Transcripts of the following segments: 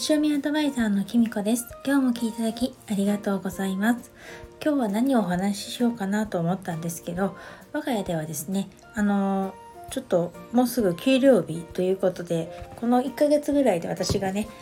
ち読みアドバイザーのきみこです。今日も聞いていただきありがとうございます。今日は何をお話ししようかなと思ったんですけど、我が家ではですね、ちょっともうすぐ給料日ということで、この1ヶ月ぐらいで私がね、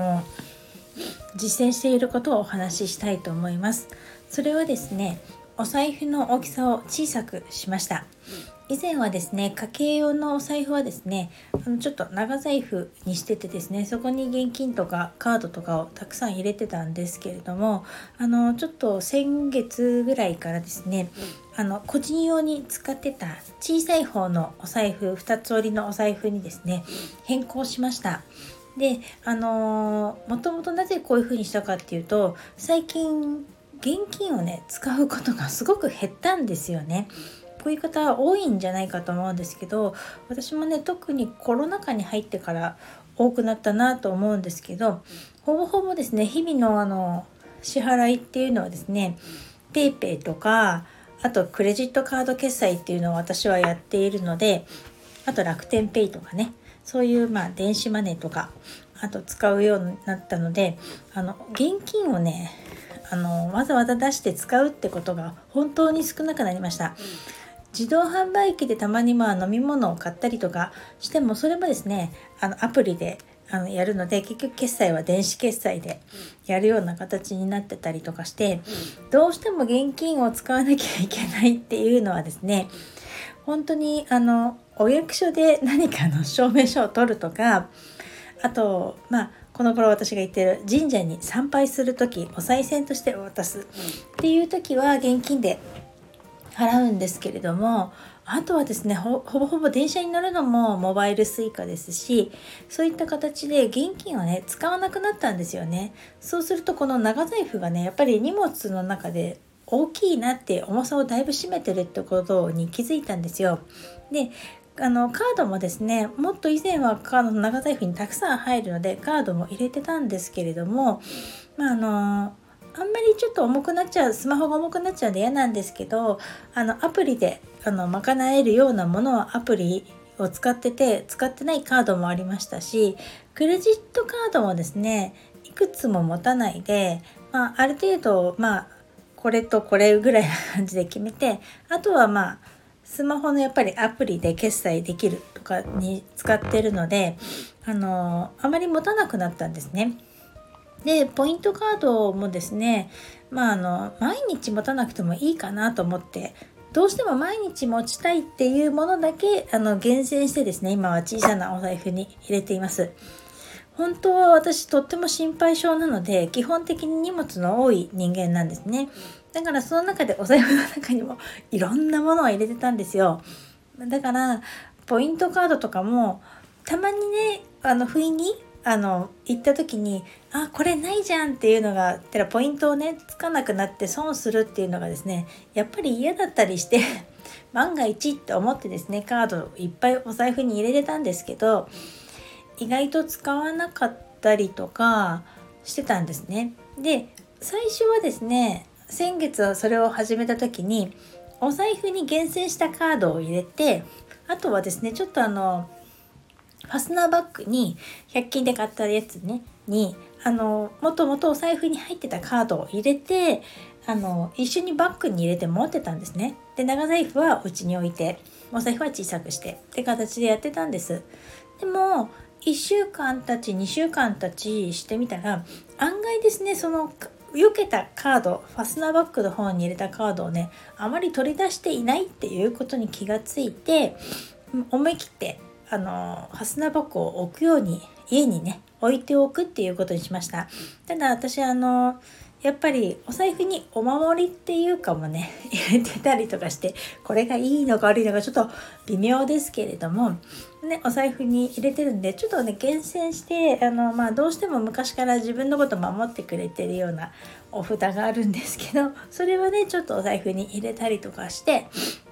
実践していることをお話ししたいと思います。それはですね、お財布の大きさを小さくしました。以前はですね、家計用のお財布はですね、ちょっと長財布にしててですね、そこに現金とかカードとかをたくさん入れてたんですけれども、ちょっと先月ぐらいからですね、個人用に使ってた小さい方のお財布、2つ折りのお財布にですね、変更しました。で、もともとなぜこういう風にしたかっていうと、最近現金をね使うことがすごく減ったんですよね。こういう方多いんじゃないかと思うんですけど、私もね特にコロナ禍に入ってから多くなったなと思うんですけど、ほぼほぼですね日々の支払いっていうのはですね、ペイペイとかあとクレジットカード決済っていうのを私はやっているので、あと楽天ペイとかね、そういう電子マネーとかあと使うようになったので、現金をねわざわざ出して使うってことが本当に少なくなりました。自動販売機でたまに飲み物を買ったりとかしても、それもですねアプリでやるので、結局決済は電子決済でやるような形になってたりとかして、どうしても現金を使わなきゃいけないっていうのはですね、本当にお役所で何かの証明書を取るとか、あとこの頃私が行ってる神社に参拝するとき、お賽銭として渡すっていう時は現金で払うんですけれども、あとはですね ほぼほぼ電車に乗るのもモバイルスイカですし、そういった形で現金をね使わなくなったんですよね。そうするとこの長財布がねやっぱり荷物の中で大きいなって、重さをだいぶ占めてるってことに気づいたんですよ。でカードもですね、もっと以前はカードの長財布にたくさん入るのでカードも入れてたんですけれども、あんまりちょっと重くなっちゃう、スマホが重くなっちゃうんで嫌なんですけど、アプリで賄えるようなものはアプリを使ってて、使ってないカードもありましたし、クレジットカードもですねいくつも持たないで、ある程度これとこれぐらいな感じで決めて、あとはスマホのやっぱりアプリで決済できるとかに使ってるので、あまり持たなくなったんですね。でポイントカードもですね、毎日持たなくてもいいかなと思って、どうしても毎日持ちたいっていうものだけ厳選してですね、今は小さなお財布に入れています。本当は私とっても心配性なので、基本的に荷物の多い人間なんですね。だからその中でお財布の中にもいろんなものを入れてたんですよ。だからポイントカードとかもたまにね不意に行った時にこれないじゃんっていうのがあったら、ポイントをねつかなくなって損するっていうのがですねやっぱり嫌だったりして万が一って思ってですね、カードをいっぱいお財布に入れてたんですけど、意外と使わなかったりとかしてたんですね。で最初はですね、先月はそれを始めた時にお財布に厳選したカードを入れて、あとはですねちょっとファスナーバッグに100均で買ったやつねにもともとお財布に入ってたカードを入れて一緒にバッグに入れて持ってたんですね。で長財布はうちに置いて、お財布は小さくしてって形でやってたんです。でも1週間経ち2週間経ちしてみたら、案外ですねその避けたカード、ファスナーバッグの方に入れたカードをねあまり取り出していないっていうことに気がついて、思い切ってファスナーバッグを置くように家にね置いておくっていうことにしました。ただ私やっぱりお財布にお守りっていうかもね入れてたりとかして、これがいいのか悪いのかちょっと微妙ですけれどもね、お財布に入れてるんで、ちょっとね厳選してどうしても昔から自分のこと守ってくれてるようなお札があるんですけど、それはねちょっとお財布に入れたりとかして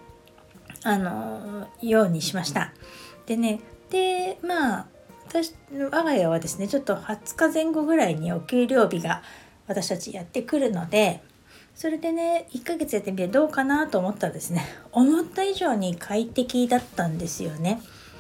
ようにしました。で我が家はですねちょっと20日前後ぐらいにお給料日が私たちやってくるので、それでね1ヶ月やってみてどうかなと思ったらですね、思った以上に快適だったんですよね。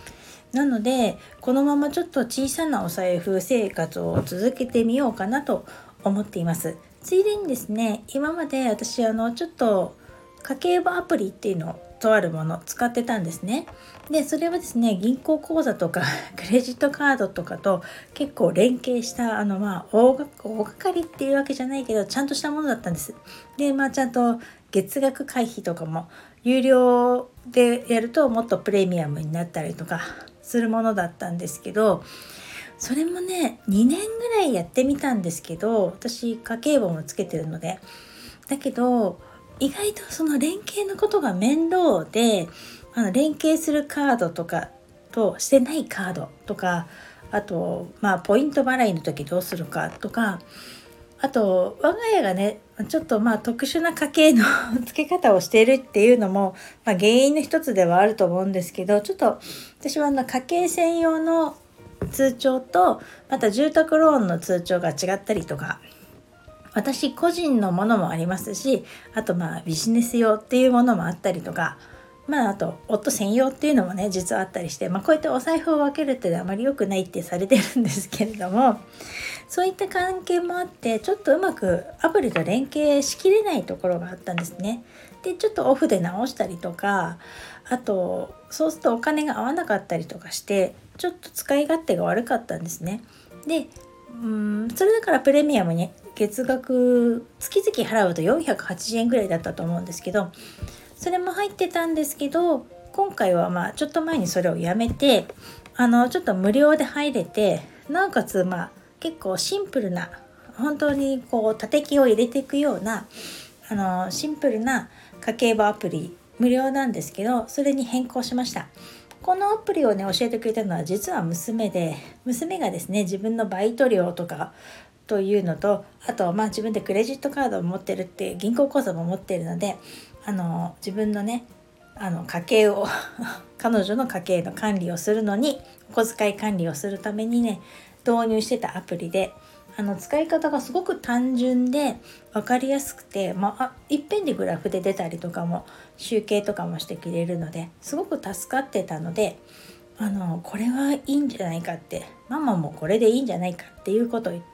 なのでこのままちょっと小さなお財布生活を続けてみようかなと思っています。ついでにですね、今まで私ちょっと家計簿アプリっていうのをとあるものを使ってたんですね。でそれはですね、銀行口座とかクレジットカードとかと結構連携した大掛かりっていうわけじゃないけどちゃんとしたものだったんです。でちゃんと月額会費とかも有料でやるともっとプレミアムになったりとかするものだったんですけど、それもね2年ぐらいやってみたんですけど、私家計簿もつけてるので、だけど意外とその連携のことが面倒で、連携するカードとかとしてないカードとか、あとポイント払いの時どうするかとか、あと我が家がねちょっと特殊な家計の付け方をしているっていうのも、原因の一つではあると思うんですけど、ちょっと私は家計専用の通帳とまた住宅ローンの通帳が違ったりとか、私個人のものもありますし、あとビジネス用っていうものもあったりとか、あと夫専用っていうのもね実はあったりして、こうやってお財布を分けるってあまり良くないってされてるんですけれども、そういった関係もあってちょっとうまくアプリと連携しきれないところがあったんですね。でちょっとオフで直したりとか、あとそうするとお金が合わなかったりとかしてちょっと使い勝手が悪かったんですね。でそれだからプレミアムに月額月々払うと480円ぐらいだったと思うんですけど、それも入ってたんですけど、今回はちょっと前にそれをやめてちょっと無料で入れて、なおかつ結構シンプルな、本当に縦キを入れていくようなシンプルな家計簿アプリ無料なんですけど、それに変更しました。このアプリをね教えてくれたのは実は娘で、娘がですね自分のバイト料とかというのと、あと自分でクレジットカードを持ってるって銀行口座も持っているので、自分のね家計を彼女の家計の管理をするのに、お小遣い管理をするためにね導入してたアプリで、使い方がすごく単純で分かりやすくて、いっぺんでグラフで出たりとかも集計とかもしてくれるのですごく助かってたので、これはいいんじゃないかって、ママもこれでいいんじゃないかっていうことを言って、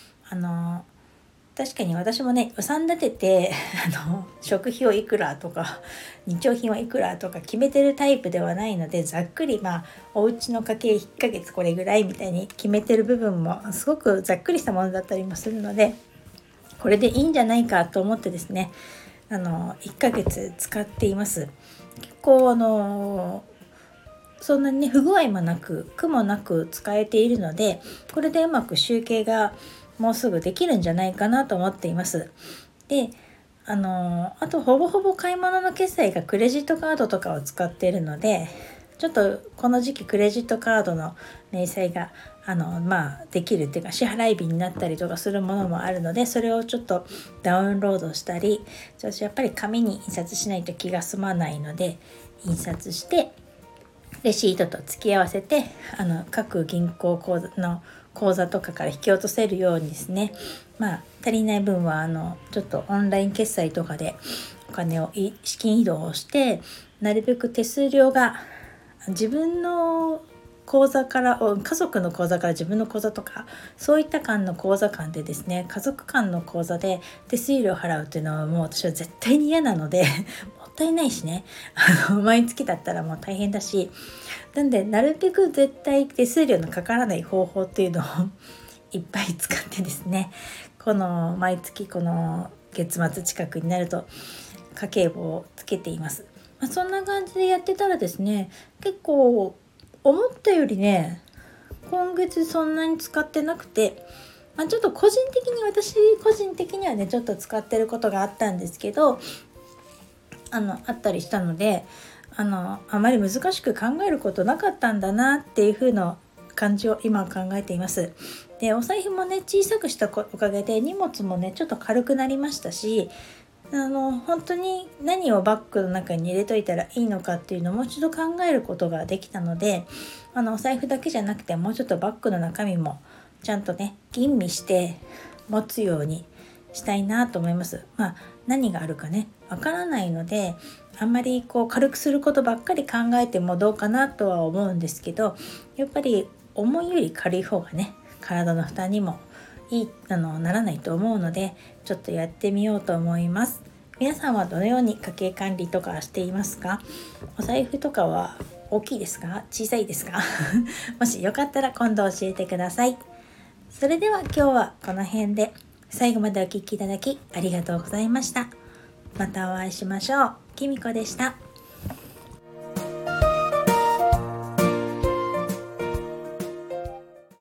確かに私もね予算立てて食費をいくらとか日用品はいくらとか決めてるタイプではないので、ざっくりお家の家計1ヶ月これぐらいみたいに決めてる部分もすごくざっくりしたものだったりもするので、これでいいんじゃないかと思ってですね1ヶ月使っています。結構そんなにね不具合もなく苦もなく使えているので、これでうまく集計がもうすぐできるんじゃないかなと思っています。であとほぼほぼ買い物の決済がクレジットカードとかを使っているので、ちょっとこの時期クレジットカードの明細ができるっていうか支払い日になったりとかするものもあるので、それをちょっとダウンロードしたり、やっぱり紙に印刷しないと気が済まないので印刷してレシートと付き合わせて各銀行口座の口座とかから引き落とせるようにですね、足りない分はちょっとオンライン決済とかでお金を資金移動をして、なるべく手数料が自分の口座から家族の口座から自分の口座とかそういった間の口座間でですね、家族間の口座で手数料を払うっていうのはもう私は絶対に嫌なのでもったいないしね毎月だったらもう大変だし、なんでなるべく絶対手数料のかからない方法っていうのをいっぱい使ってですね、この毎月この月末近くになると家計簿をつけています。そんな感じでやってたらですね、結構思ったよりね今月そんなに使ってなくて、ちょっと私個人的にはねちょっと使ってることがあったんですけど、あったりしたのであまり難しく考えることなかったんだなっていう風な感じを今考えています。でお財布もね小さくしたおかげで荷物もねちょっと軽くなりましたし、本当に何をバッグの中に入れといたらいいのかっていうのをもう一度考えることができたので、お財布だけじゃなくてもうちょっとバッグの中身もちゃんとね吟味して持つようにしたいなと思います。何があるかねわからないので、 あんまり軽くすることばっかり考えてもどうかなとは思うんですけど、やっぱり重いより軽い方がね、体の負担にもならないと思うので、ちょっとやってみようと思います。皆さんはどのように家計管理とかしていますか？お財布とかは大きいですか？小さいですか？もしよかったら今度教えてください。それでは今日はこの辺で、最後までお聞きいただきありがとうございました。またお会いしましょう。きみこでした。